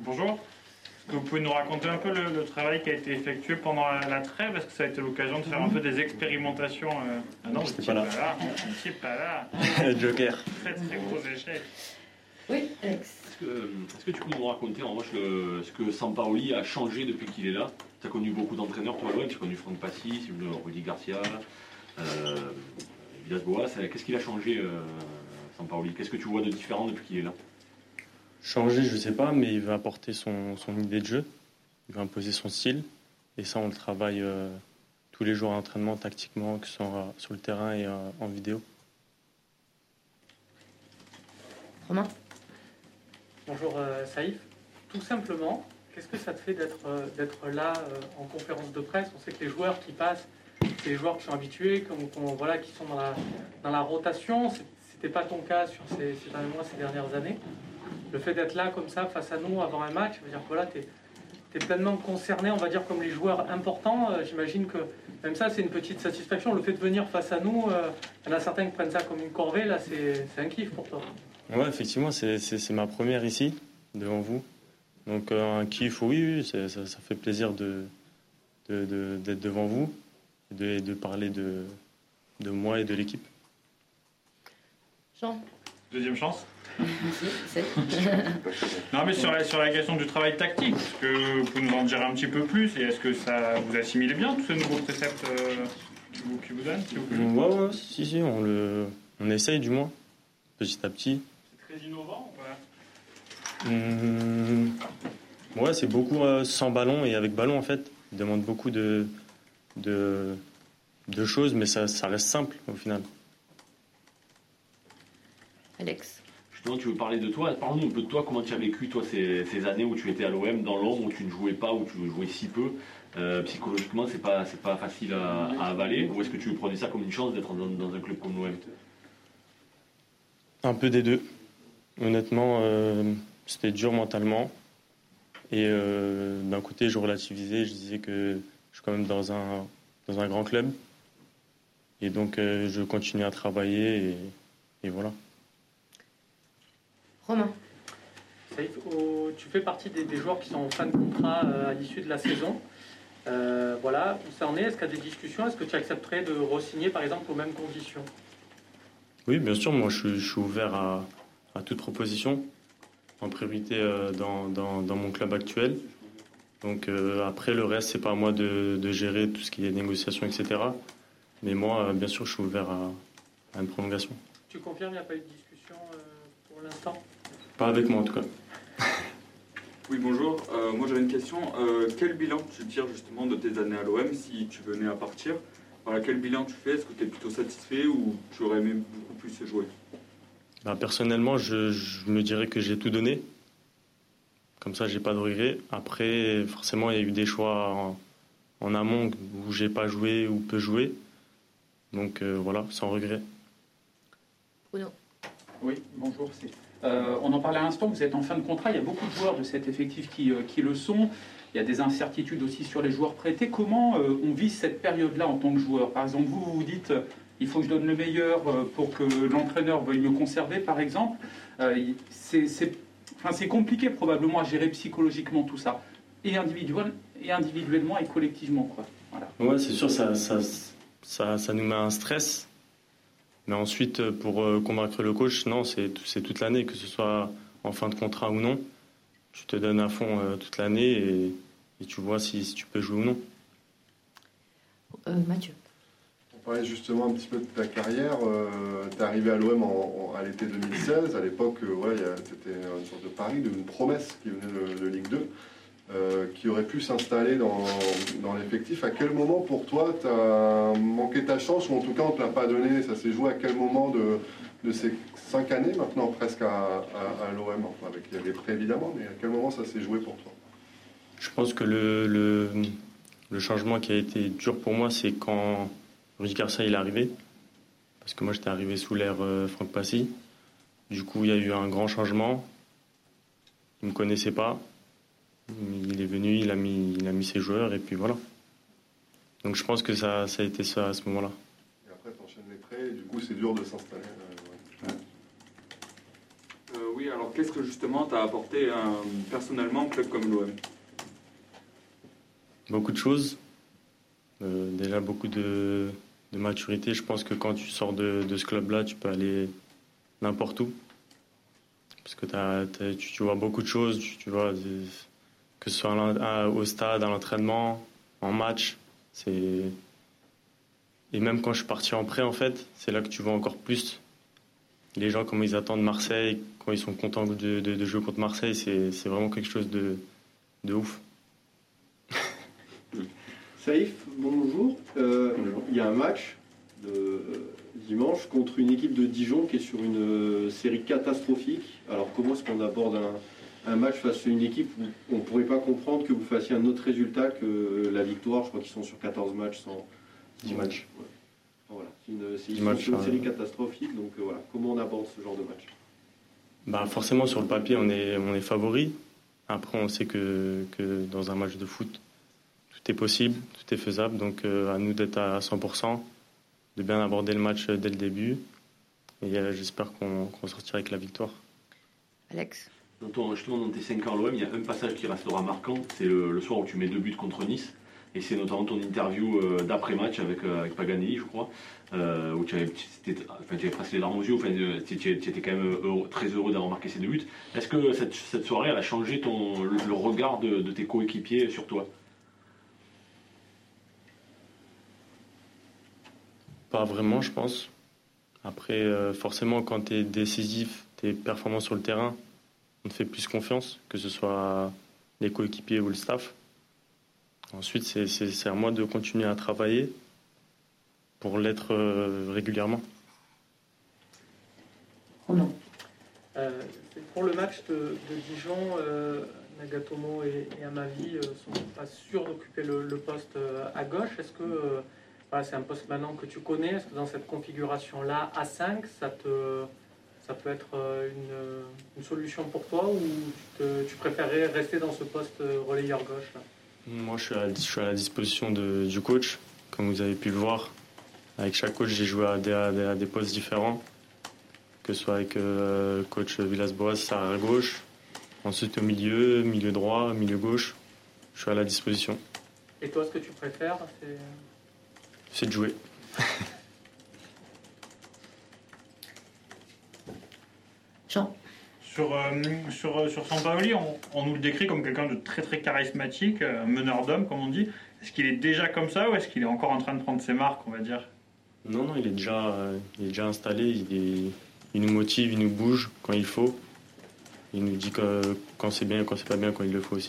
Bonjour. Est-ce que vous pouvez nous raconter un peu le travail qui a été effectué pendant la trêve? Est-ce que ça a été l'occasion de faire un peu des expérimentations Ah non, j'étais pas là. Vous n'étiez pas là. Joker. Très très gros échec. Oui, Alex. Est-ce que tu peux nous raconter en revanche ce que Sampaoli a changé depuis qu'il est là? Tu as connu beaucoup d'entraîneurs, toi, tu as connu Franck Passy, Rudy Garcia, Villas-Boas. Qu'est-ce qu'il a changé, Sampaoli? Qu'est-ce que tu vois de différent depuis qu'il est là? Changer, je sais pas, mais il va apporter son idée de jeu. Il va imposer son style. Et ça, on le travaille tous les jours à l'entraînement, tactiquement, que ce soit sur le terrain et en vidéo. Romain. Bonjour Saïf. Tout simplement, qu'est-ce que ça te fait d'être là en conférence de presse? On sait que les joueurs qui passent, c'est les joueurs qui sont habitués, qui sont dans la rotation. C'était pas ton cas sur ces derniers mois, ces dernières années. Le fait d'être là comme ça face à nous avant un match, ça veut dire que voilà, tu es pleinement concerné, on va dire, comme les joueurs importants. J'imagine que même ça, c'est une petite satisfaction. Le fait de venir face à nous, il y en a certains qui prennent ça comme une corvée. Là, c'est un kiff pour toi. Ouais, effectivement, c'est ma première ici, devant vous. Donc un kiff, oui, ça fait plaisir d'être devant vous et de parler de moi et de l'équipe. Jean. Deuxième chance. C'est. Non, mais sur la question du travail tactique, est-ce que vous pouvez nous en dire un petit peu plus? Et est-ce que ça vous assimilez bien tous ces nouveaux préceptes qui vous donnent, s'il vous plaît? Ouais, si, on essaye du moins, petit à petit. C'est très innovant ou pas? Ouais, c'est beaucoup sans ballon et avec ballon en fait. Il demande beaucoup de choses, mais ça reste simple au final. Alex. Justement, tu veux parler de toi. Parle-nous un peu de toi, comment tu as vécu toi ces années où tu étais à l'OM, dans l'ombre, où tu ne jouais pas, où tu jouais si peu. Psychologiquement, c'est pas facile à avaler. Ou est-ce que tu prenais ça comme une chance d'être dans un club comme l'OM? Un peu des deux. Honnêtement, c'était dur mentalement. Et d'un côté, je relativisais, je disais que je suis quand même dans un grand club. Et donc, je continue à travailler et voilà. Romain. Saïf, tu fais partie des joueurs qui sont en fin de contrat à l'issue de la saison. Voilà, où ça en est? Est-ce qu'il y a des discussions? Est-ce que tu accepterais de re-signer, par exemple, aux mêmes conditions? Oui, bien sûr, moi je suis ouvert à toute proposition, en priorité dans mon club actuel. Donc après, le reste, c'est pas à moi de gérer tout ce qui est négociation, etc. Mais moi, bien sûr, je suis ouvert à une prolongation. Tu confirmes, il n'y a pas eu de discussion pour l'instant? Pas avec moi en tout cas. Oui, bonjour. Moi j'avais une question. Quel bilan tu tires justement de tes années à l'OM si tu venais à partir? Voilà, quel bilan tu fais? Est-ce que tu es plutôt satisfait ou tu aurais aimé beaucoup plus jouer? Personnellement, je me dirais que j'ai tout donné. Comme ça, j'ai pas de regrets. Après, forcément, il y a eu des choix en amont où j'ai pas joué ou peu joué. Donc voilà, sans regret. Bruno. Oui, bonjour. On en parlait à l'instant, vous êtes en fin de contrat, il y a beaucoup de joueurs de cet effectif qui le sont. Il y a des incertitudes aussi sur les joueurs prêtés. Comment on vit cette période-là en tant que joueur? Par exemple, vous vous dites il faut que je donne le meilleur pour que l'entraîneur veuille me conserver, par exemple. C'est compliqué probablement à gérer psychologiquement tout ça, et individuellement et collectivement, quoi. Voilà. Ouais, c'est sûr, ça nous met un stress. Mais ensuite, pour convaincre le coach, non, c'est toute l'année, que ce soit en fin de contrat ou non. Tu te donnes à fond toute l'année et tu vois si tu peux jouer ou non. Mathieu. On parlait justement un petit peu de ta carrière. Tu es arrivé à l'OM à l'été 2016. À l'époque, c'était une sorte de pari, une promesse qui venait de Ligue 2. Qui aurait pu s'installer dans l'effectif. À quel moment pour toi tu as manqué ta chance, ou en tout cas on ne te l'a pas donné? Ça s'est joué à quel moment de ces 5 années maintenant presque à l'OM, enfin, avec les prêts évidemment, mais à quel moment ça s'est joué pour toi? Je pense que le changement qui a été dur pour moi, c'est quand Rudy Garcia il est arrivé, parce que moi j'étais arrivé sous l'ère Franck Passy. Du coup il y a eu un grand changement. Il me connaissait pas. Il est venu, il a mis ses joueurs et puis voilà. Donc je pense que ça a été ça à ce moment-là. Et après tu enchaînes les prêts et du coup c'est dur de s'installer. Oui, Oui, alors qu'est-ce que justement t'as apporté personnellement au club comme l'OM? Beaucoup de choses. Déjà beaucoup de maturité. Je pense que quand tu sors de ce club-là, tu peux aller n'importe où. Parce que tu vois beaucoup de choses. Tu vois, que ce soit au stade, à l'entraînement, en match. Et même quand je suis parti en prêt, en fait, c'est là que tu vois encore plus les gens, comment ils attendent Marseille, quand ils sont contents de jouer contre Marseille. C'est vraiment quelque chose de ouf. Saïf, bonjour. Il y a un match dimanche contre une équipe de Dijon qui est sur une série catastrophique. Alors comment est-ce qu'on aborde un match face à une équipe où on ne pourrait pas comprendre que vous fassiez un autre résultat que la victoire? Je crois qu'ils sont sur 14 matchs sans 10 matchs. Ouais. Voilà. C'est une série catastrophique, donc voilà. Comment on aborde ce genre de match? Bah forcément, sur le papier, on est favori. Après, on sait que dans un match de foot, tout est possible, tout est faisable. Donc, à nous d'être à 100%, de bien aborder le match dès le début. Et j'espère qu'on sortira avec la victoire. Alex? Justement, dans tes 5 ans à l'OM, il y a un passage qui restera marquant. C'est le soir où tu mets 2 buts contre Nice. Et c'est notamment ton interview d'après-match avec Paganelli, je crois, où tu avais presque les larmes aux yeux. Enfin, tu étais quand même très heureux d'avoir marqué ces 2 buts. Est-ce que cette soirée, elle a changé le regard de tes coéquipiers sur toi? Pas vraiment, je pense. Après, forcément, quand tu es décisif, tu es performant sur le terrain, on te fait plus confiance, que ce soit les coéquipiers ou le staff. Ensuite, c'est à moi de continuer à travailler pour l'être régulièrement. Oh non. Pour le match de Dijon, Nagatomo et Amavi ne sont pas sûrs d'occuper le poste à gauche. Est-ce que c'est un poste maintenant que tu connais? Est-ce que dans cette configuration-là, à 5, ça peut être une solution pour toi, ou tu préférerais rester dans ce poste relayeur gauche là? Moi, je suis à la disposition du coach. Comme vous avez pu le voir, avec chaque coach, j'ai joué à des postes différents. Que ce soit avec coach Villas-Boas, ça à gauche. Ensuite, au milieu droit, milieu gauche. Je suis à la disposition. Et toi, ce que tu préfères, c'est de jouer. Jean? Sur Sampaoli, on nous le décrit comme quelqu'un de très très charismatique, meneur d'hommes, comme on dit. Est-ce qu'il est déjà comme ça, ou est-ce qu'il est encore en train de prendre ses marques, on va dire? Non, il est déjà installé. Il nous motive, il nous bouge quand il faut. Il nous dit quand c'est bien et quand c'est pas bien, quand il le faut aussi.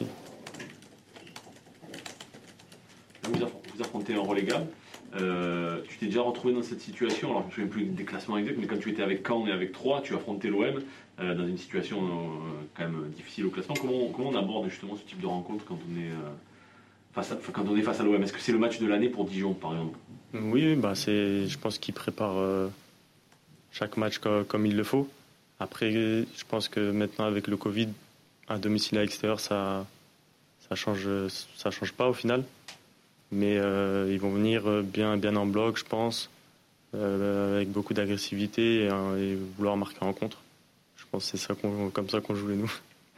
Vous affrontez un relégable. Tu t'es déjà retrouvé dans cette situation? Alors, je ne me souviens plus des classements exacts, mais quand tu étais avec Caen et avec Troyes, tu affrontais l'OM dans une situation quand même difficile au classement. Comment on aborde justement ce type de rencontre quand on est face à l'OM? Est-ce que c'est le match de l'année pour Dijon, par exemple? Oui, je pense qu'il prépare chaque match comme il le faut. Après, je pense que maintenant, avec le Covid, à domicile et à l'extérieur, ça change pas au final. Mais ils vont venir bien en bloc, je pense, avec beaucoup d'agressivité et vouloir marquer en contre. Je pense que c'est comme ça qu'on joue les nous.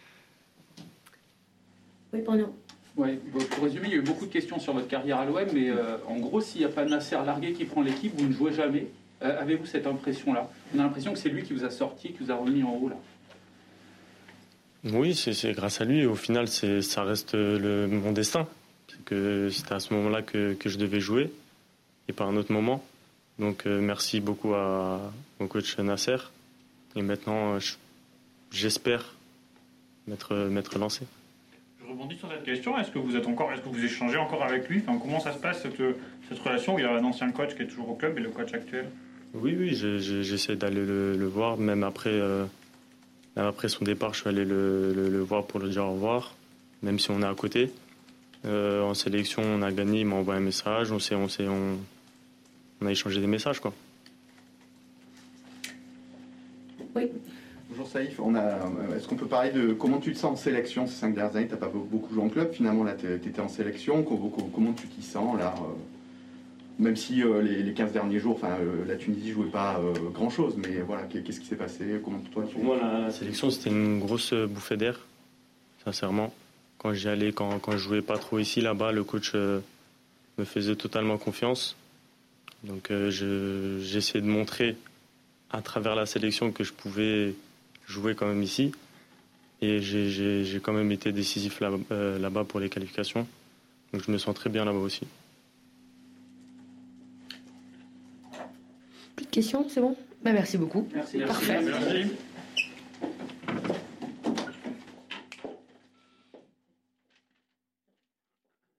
Oui, pour nous. Ouais, pour résumer, il y a eu beaucoup de questions sur votre carrière à l'OM, mais en gros, s'il n'y a pas Nasser Largué qui prend l'équipe, vous ne jouez jamais. Avez-vous cette impression-là? On a l'impression que c'est lui qui vous a sorti, qui vous a remis en haut là. Oui, c'est grâce à lui. Au final, ça reste mon destin. Que c'était à ce moment-là que je devais jouer et pas à un autre moment. Donc merci beaucoup au coach Nasser. Et maintenant, j'espère m'être lancé. Je rebondis sur cette question. Est-ce que vous échangez encore avec lui? Comment ça se passe cette relation où il y a un ancien coach qui est toujours au club et le coach actuel? Oui, j'essaie d'aller le voir. Même après son départ, je suis allé le voir pour le dire au revoir, même si on est à côté. En sélection, on a gagné, il m'a envoyé un message, on a échangé des messages, quoi. Oui. Bonjour Saïf, est-ce qu'on peut parler de comment tu te sens en sélection ces 5 dernières années? Tu n'as pas beaucoup joué en club, finalement là tu étais en sélection, comment tu t'y sens là? même si les 15 derniers jours, la Tunisie jouait pas grand-chose, mais voilà, qu'est-ce qui s'est passé? Comment toi Pour moi, la sélection, c'était une grosse bouffée d'air, sincèrement. Quand j'y allais, quand je jouais pas trop ici, là-bas, le coach me faisait totalement confiance. Donc j'essayais de montrer à travers la sélection que je pouvais jouer quand même ici. Et j'ai quand même été décisif là-bas pour les qualifications. Donc je me sens très bien là-bas aussi. Plus de questions, c'est bon? Merci beaucoup. Merci. Parfait. Merci.